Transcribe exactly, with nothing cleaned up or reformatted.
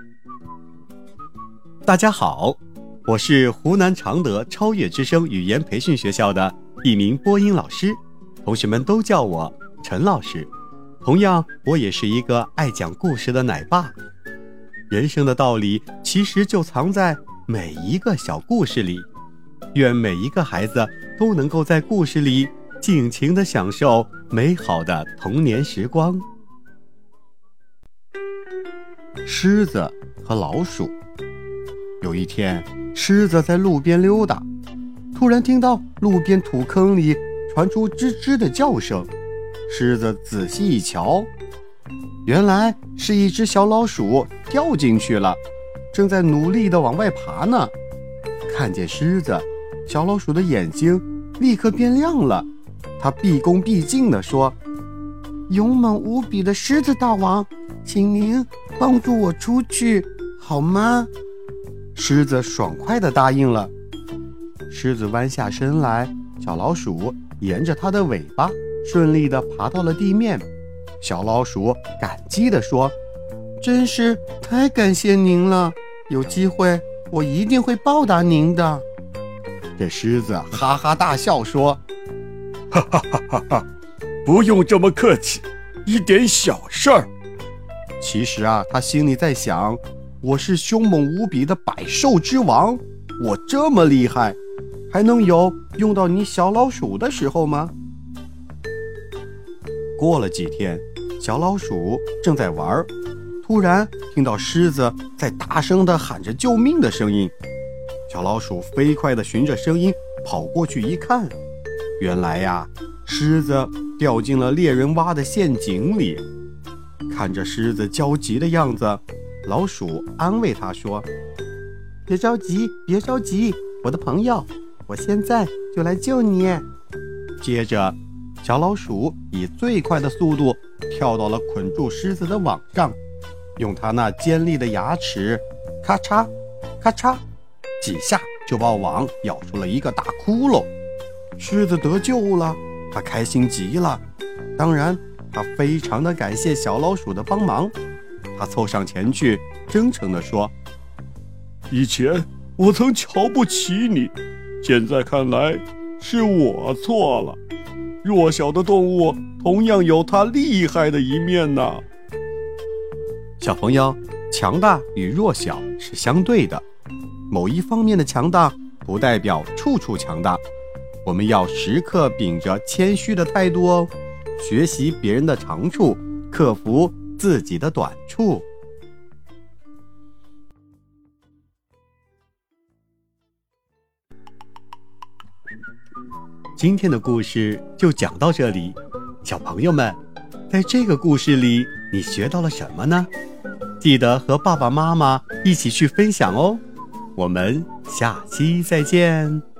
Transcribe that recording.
大家好，我是湖南常德超越之声语言培训学校的一名播音老师，同学们都叫我陈老师。同样，我也是一个爱讲故事的奶爸。人生的道理其实就藏在每一个小故事里，愿每一个孩子都能够在故事里尽情地享受美好的童年时光。狮子和老鼠。有一天，狮子在路边溜达，突然听到路边土坑里传出吱吱的叫声。狮子仔细一瞧，原来是一只小老鼠掉进去了，正在努力地往外爬呢。看见狮子，小老鼠的眼睛立刻变亮了，它毕恭毕敬地说：“勇猛无比的狮子大王，请您帮助我出去好吗？”狮子爽快地答应了。狮子弯下身来，小老鼠沿着它的尾巴顺利地爬到了地面。小老鼠感激地说：“真是太感谢您了，有机会我一定会报答您的。”这狮子哈哈大笑说：“ 哈哈哈哈哈，不用这么客气，一点小事儿。” 其实啊，他心里在想，我是凶猛无比的百兽之王，我这么厉害，还能有用到你小老鼠的时候吗？过了几天，小老鼠正在玩，突然听到狮子在大声地喊着救命的声音。小老鼠飞快地循着声音跑过去一看，原来呀，狮子掉进了猎人挖的陷阱里。看着狮子焦急的样子，老鼠安慰他说：“别着急，别着急，我的朋友，我现在就来救你。”接着，小老鼠以最快的速度跳到了捆住狮子的网上，用它那尖利的牙齿，咔嚓咔嚓几下就把网咬出了一个大窟窿。狮子得救了，它开心极了。当然，它非常的感谢小老鼠的帮忙。他凑上前去，真诚地说：“ 以前我曾瞧不起你，现在看来是我错了。弱小的动物同样有它厉害的一面呢。” 小朋友，强大与弱小是相对的，某一方面的强大不代表处处强大。我们要时刻秉着谦虚的态度哦，学习别人的长处，克服自己的短处。今天的故事就讲到这里，小朋友们，在这个故事里你学到了什么呢？记得和爸爸妈妈一起去分享哦。我们下期再见。